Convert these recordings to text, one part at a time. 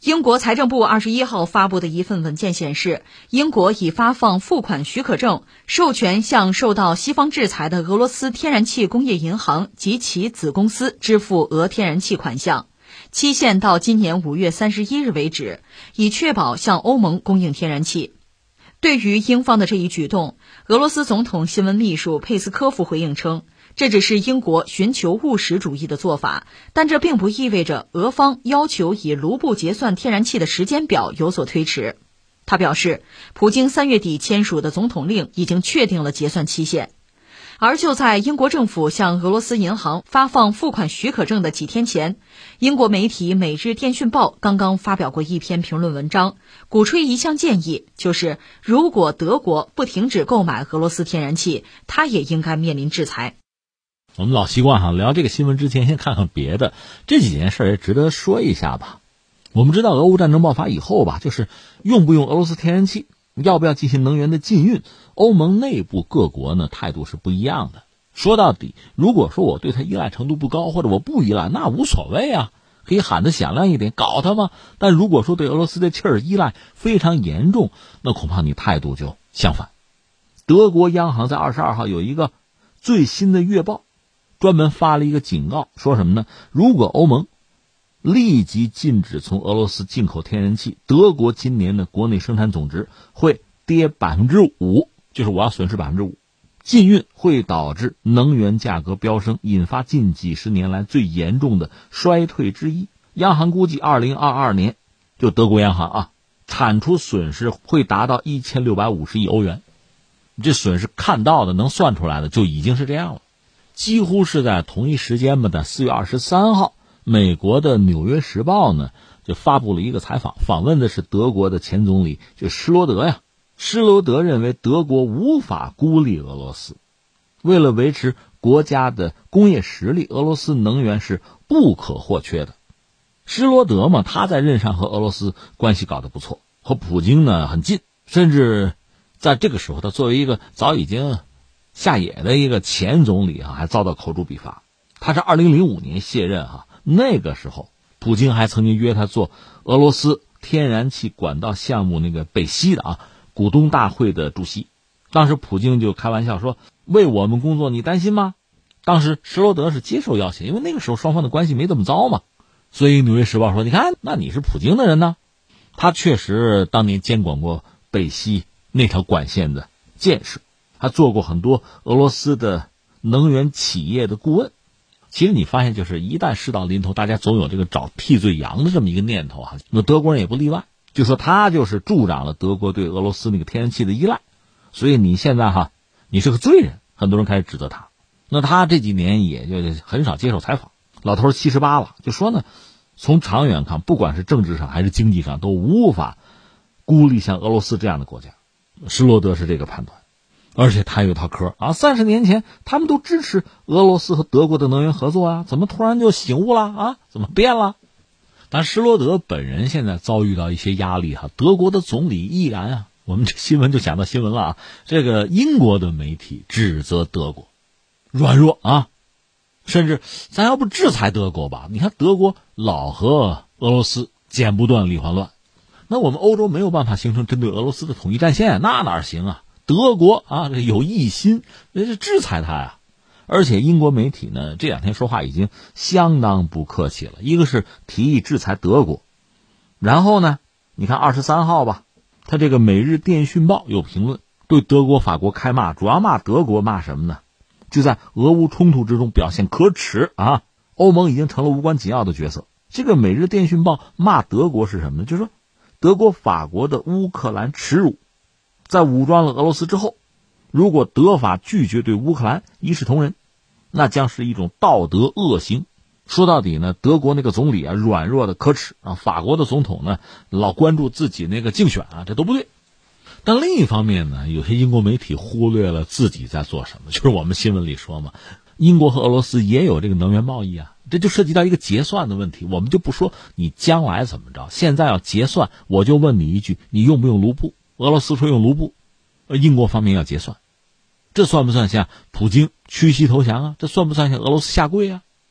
英国财政部21号发布的一份文件显示，英国已发放付款许可证，授权向受到西方制裁的俄罗斯天然气工业银行及其子公司支付俄天然气款项，期限到今年5月31日为止，以确保向欧盟供应天然气。对于英方的这一举动，俄罗斯总统新闻秘书佩斯科夫回应称，这只是英国寻求务实主义的做法，但这并不意味着俄方要求以卢布结算天然气的时间表有所推迟。他表示，普京3月底签署的总统令已经确定了结算期限。而就在英国政府向俄罗斯银行发放付款许可证的几天前，英国媒体《每日电讯报》刚刚发表过一篇评论文章，鼓吹一项建议，就是如果德国不停止购买俄罗斯天然气，它也应该面临制裁。 我们老习惯聊这个新闻之前先看看别的，这几件事也值得说一下吧。我们知道俄乌战争爆发以后吧，就是用不用俄罗斯天然气，要不要进行能源的禁运，欧盟内部各国呢态度是不一样的。说到底，如果说我对它依赖程度不高，或者我不依赖，那无所谓啊，可以喊得响亮一点，搞它嘛。但如果说对俄罗斯的气儿依赖非常严重，那恐怕你态度就相反。德国央行在22号有一个最新的月报，专门发了一个警告，说什么呢？如果欧盟立即禁止从俄罗斯进口天然气，德国今年的国内生产总值会跌 5%， 就是我要损失 5%。禁运会导致能源价格飙升，引发近几十年来最严重的衰退之一。央行估计2022年，就德国央行产出损失会达到1650亿欧元。这损失看到的能算出来的就已经是这样了。几乎是在同一时间吧的4月23号，美国的《纽约时报》呢就发布了一个采访，访问的是德国的前总理就施罗德呀。施罗德认为德国无法孤立俄罗斯，为了维持国家的工业实力，俄罗斯能源是不可或缺的。施罗德嘛，他在任上和俄罗斯关系搞得不错，和普京呢很近，甚至在这个时候，他作为一个早已经下野的一个前总理还遭到口诛笔伐。他是2005年卸任那个时候普京还曾经约他做俄罗斯天然气管道项目那个北溪的股东大会的主席。当时普京就开玩笑说，为我们工作你担心吗？当时施罗德是接受邀请，因为那个时候双方的关系没这么糟嘛。所以纽约时报说，你看，那你是普京的人呢。他确实当年监管过北溪那条管线的建设，他做过很多俄罗斯的能源企业的顾问。其实你发现，就是一旦事到临头，大家总有这个找替罪羊的这么一个念头那德国人也不例外，就说他就是助长了德国对俄罗斯那个天然气的依赖，所以你现在你是个罪人，很多人开始指责他。那他这几年也就很少接受采访，老头78了，就说呢，从长远看，不管是政治上还是经济上，都无法孤立像俄罗斯这样的国家。施罗德是这个判断。而且他有一套嗑30年前他们都支持俄罗斯和德国的能源合作怎么突然就醒悟了怎么变了？但施罗德本人现在遭遇到一些压力德国的总理依然我们这新闻就讲到新闻了这个英国的媒体指责德国软弱甚至咱要不制裁德国吧，你看德国老和俄罗斯剪不断理还乱，那我们欧洲没有办法形成针对俄罗斯的统一战线，那哪行德国有异心，那是制裁他而且英国媒体呢这2天说话已经相当不客气了，一个是提议制裁德国，然后呢你看23号吧，他这个《每日电讯报》有评论对德国法国开骂，主要骂德国，骂什么呢？就在俄乌冲突之中表现可耻欧盟已经成了无关紧要的角色。这个《每日电讯报》骂德国是什么呢？就是说德国法国的乌克兰耻辱，在武装了俄罗斯之后，如果德法拒绝对乌克兰一视同仁，那将是一种道德恶行。说到底呢，德国那个总理软弱的可耻法国的总统呢老关注自己那个竞选这都不对。但另一方面呢，有些英国媒体忽略了自己在做什么，就是我们新闻里说嘛，英国和俄罗斯也有这个能源贸易这就涉及到一个结算的问题。我们就不说你将来怎么着，现在要结算，我就问你一句，你用不用卢布？俄罗斯说用卢布，英国方面要结算，这算不算像普京屈膝投降这算不算像俄罗斯下跪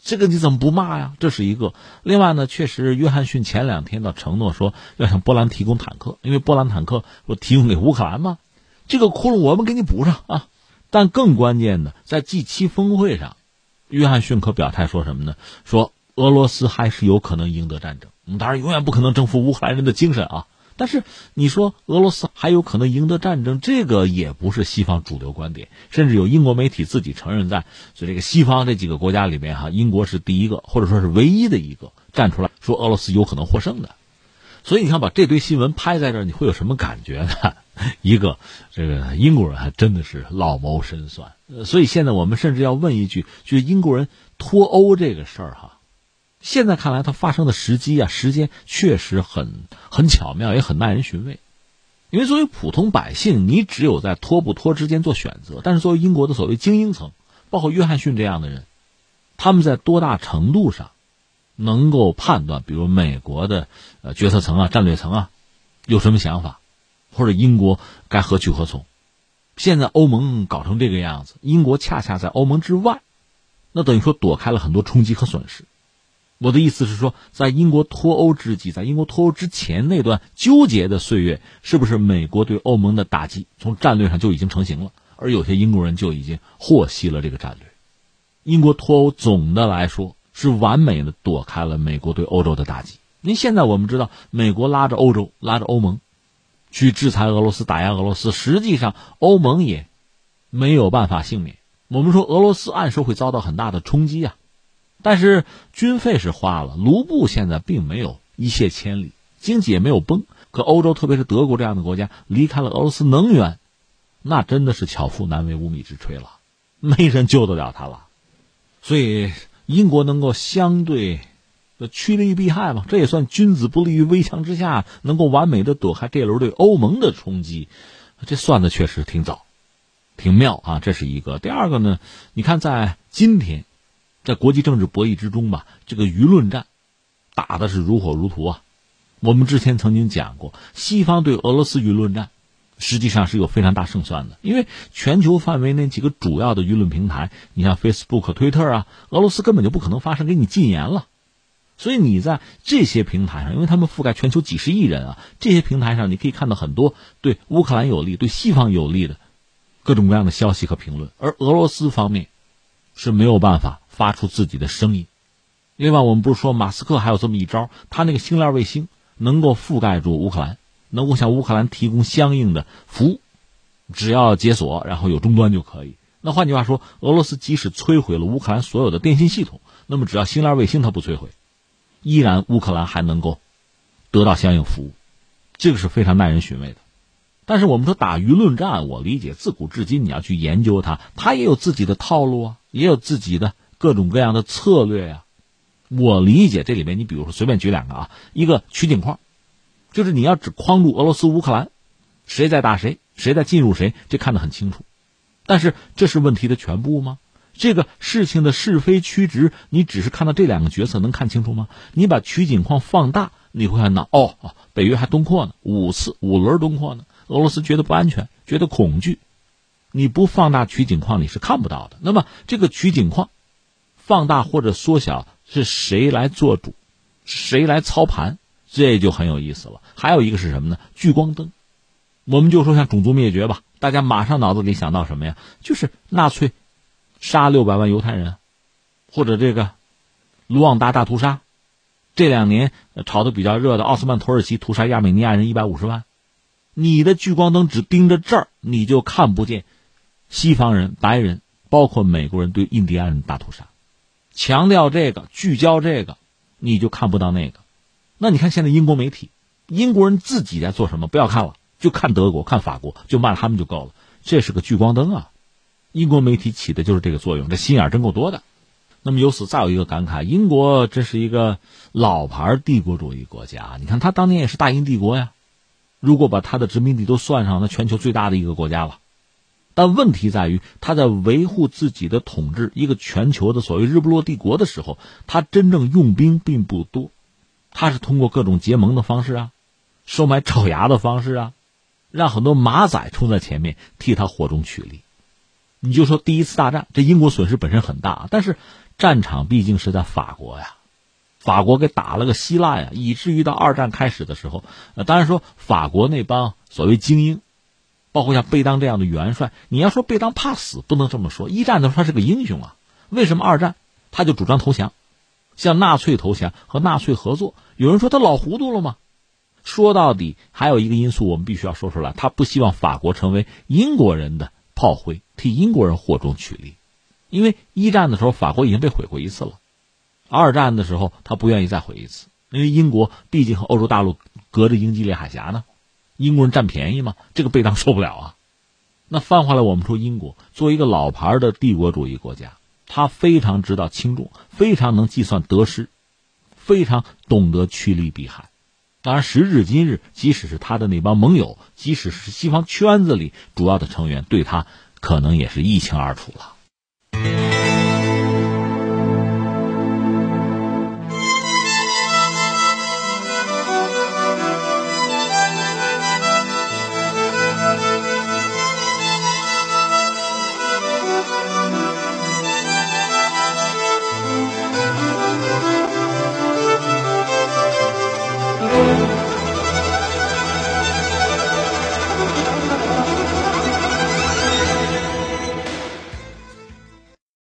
这个你怎么不骂呀？这是一个。另外呢，确实约翰逊前2天的承诺说要向波兰提供坦克，因为波兰坦克不提供给乌克兰吗？这个窟窿我们给你补上啊。但更关键的，在 G7 峰会上，约翰逊可表态说什么呢？说俄罗斯还是有可能赢得战争，当然永远不可能征服乌克兰人的精神啊。但是你说俄罗斯还有可能赢得战争，这个也不是西方主流观点，甚至有英国媒体自己承认，在这个西方这几个国家里面英国是第一个或者说是唯一的一个站出来说俄罗斯有可能获胜的。所以你看把这堆新闻拍在这儿，你会有什么感觉呢？一个这个英国人还真的是老谋深算。所以现在我们甚至要问一句，就是英国人脱欧这个事儿现在看来它发生的时机时间确实很巧妙，也很耐人寻味。因为作为普通百姓，你只有在脱不脱之间做选择，但是作为英国的所谓精英层，包括约翰逊这样的人，他们在多大程度上能够判断比如美国的决策层战略层有什么想法，或者英国该何去何从。现在欧盟搞成这个样子，英国恰恰在欧盟之外，那等于说躲开了很多冲击和损失。我的意思是说，在英国脱欧之际，在英国脱欧之前那段纠结的岁月，是不是美国对欧盟的打击从战略上就已经成型了，而有些英国人就已经获悉了这个战略。英国脱欧总的来说是完美的躲开了美国对欧洲的打击。您现在我们知道，美国拉着欧洲，拉着欧盟去制裁俄罗斯，打压俄罗斯，实际上欧盟也没有办法幸免。我们说俄罗斯按说会遭到很大的冲击但是军费是花了，卢布现在并没有一泻千里，经济也没有崩。可欧洲特别是德国这样的国家离开了俄罗斯能源，那真的是巧妇难为无米之炊了，没人救得了他了。所以英国能够相对趋利避害嘛，这也算君子不立于危墙之下，能够完美的躲开这轮对欧盟的冲击，这算的确实挺早挺妙这是一个。第二个呢，你看在今天在国际政治博弈之中这个舆论战打的是如火如荼我们之前曾经讲过，西方对俄罗斯舆论战实际上是有非常大胜算的，因为全球范围内几个主要的舆论平台，你像 Facebook、推特俄罗斯根本就不可能发生给你禁言了。所以你在这些平台上，因为他们覆盖全球几十亿人这些平台上你可以看到很多对乌克兰有利、对西方有利的各种各样的消息和评论，而俄罗斯方面是没有办法发出自己的声音。另外我们不是说马斯克还有这么一招，他那个星链卫星能够覆盖住乌克兰，能够向乌克兰提供相应的服务，只要解锁然后有终端就可以。那换句话说，俄罗斯即使摧毁了乌克兰所有的电信系统，那么只要星链卫星它不摧毁，依然乌克兰还能够得到相应服务，这个是非常耐人寻味的。但是我们说打舆论战，我理解自古至今你要去研究它也有自己的套路也有自己的各种各样的策略我理解这里面，你比如说随便举两个一个取景框，就是你要只框住俄罗斯乌克兰，谁在打谁，谁在进入谁，这看得很清楚。但是这是问题的全部吗？这个事情的是非曲直，你只是看到这两个角色能看清楚吗？你把取景框放大，你会看到北约还东扩呢，5轮东扩呢，俄罗斯觉得不安全，觉得恐惧。你不放大取景框你是看不到的。那么这个取景框放大或者缩小是谁来做主，谁来操盘，这就很有意思了。还有一个是什么呢？聚光灯。我们就说像种族灭绝吧，大家马上脑子里想到什么呀？就是纳粹杀600万犹太人，或者这个卢旺达大屠杀，这2年炒得比较热的奥斯曼土耳其屠杀亚美尼亚人150万。你的聚光灯只盯着这儿，你就看不见西方人、白人包括美国人对印第安人的大屠杀。强调这个，聚焦这个，你就看不到那个。那你看现在英国媒体，英国人自己在做什么？不要看了，就看德国、看法国，就骂他们就够了。这是个聚光灯英国媒体起的就是这个作用，这心眼真够多的。那么由此再有一个感慨，英国这是一个老牌帝国主义国家，你看他当年也是大英帝国呀，如果把他的殖民地都算上，那全球最大的一个国家了。但问题在于，他在维护自己的统治，一个全球的所谓日不落帝国的时候，他真正用兵并不多，他是通过各种结盟的方式收买爪牙的方式让很多马仔冲在前面替他火中取栗。你就说第一次大战，这英国损失本身很大，但是战场毕竟是在法国呀，法国给打了个希腊呀，以至于到二战开始的时候，当然说法国那帮所谓精英，包括像贝当这样的元帅，你要说贝当怕死不能这么说，一战的时候他是个英雄啊，为什么二战他就主张投降，向纳粹投降和纳粹合作？有人说他老糊涂了吗？说到底还有一个因素我们必须要说出来，他不希望法国成为英国人的炮灰，替英国人祸中取利。因为一战的时候法国已经被毁过一次了，二战的时候他不愿意再毁一次，因为英国毕竟和欧洲大陆隔着英吉利海峡呢，英国人占便宜嘛，这个贝当受不了啊。那翻回来我们说英国作为一个老牌的帝国主义国家，他非常知道轻重，非常能计算得失，非常懂得趋利避害。当然时至今日，即使是他的那帮盟友，即使是西方圈子里主要的成员，对他可能也是一清二楚了。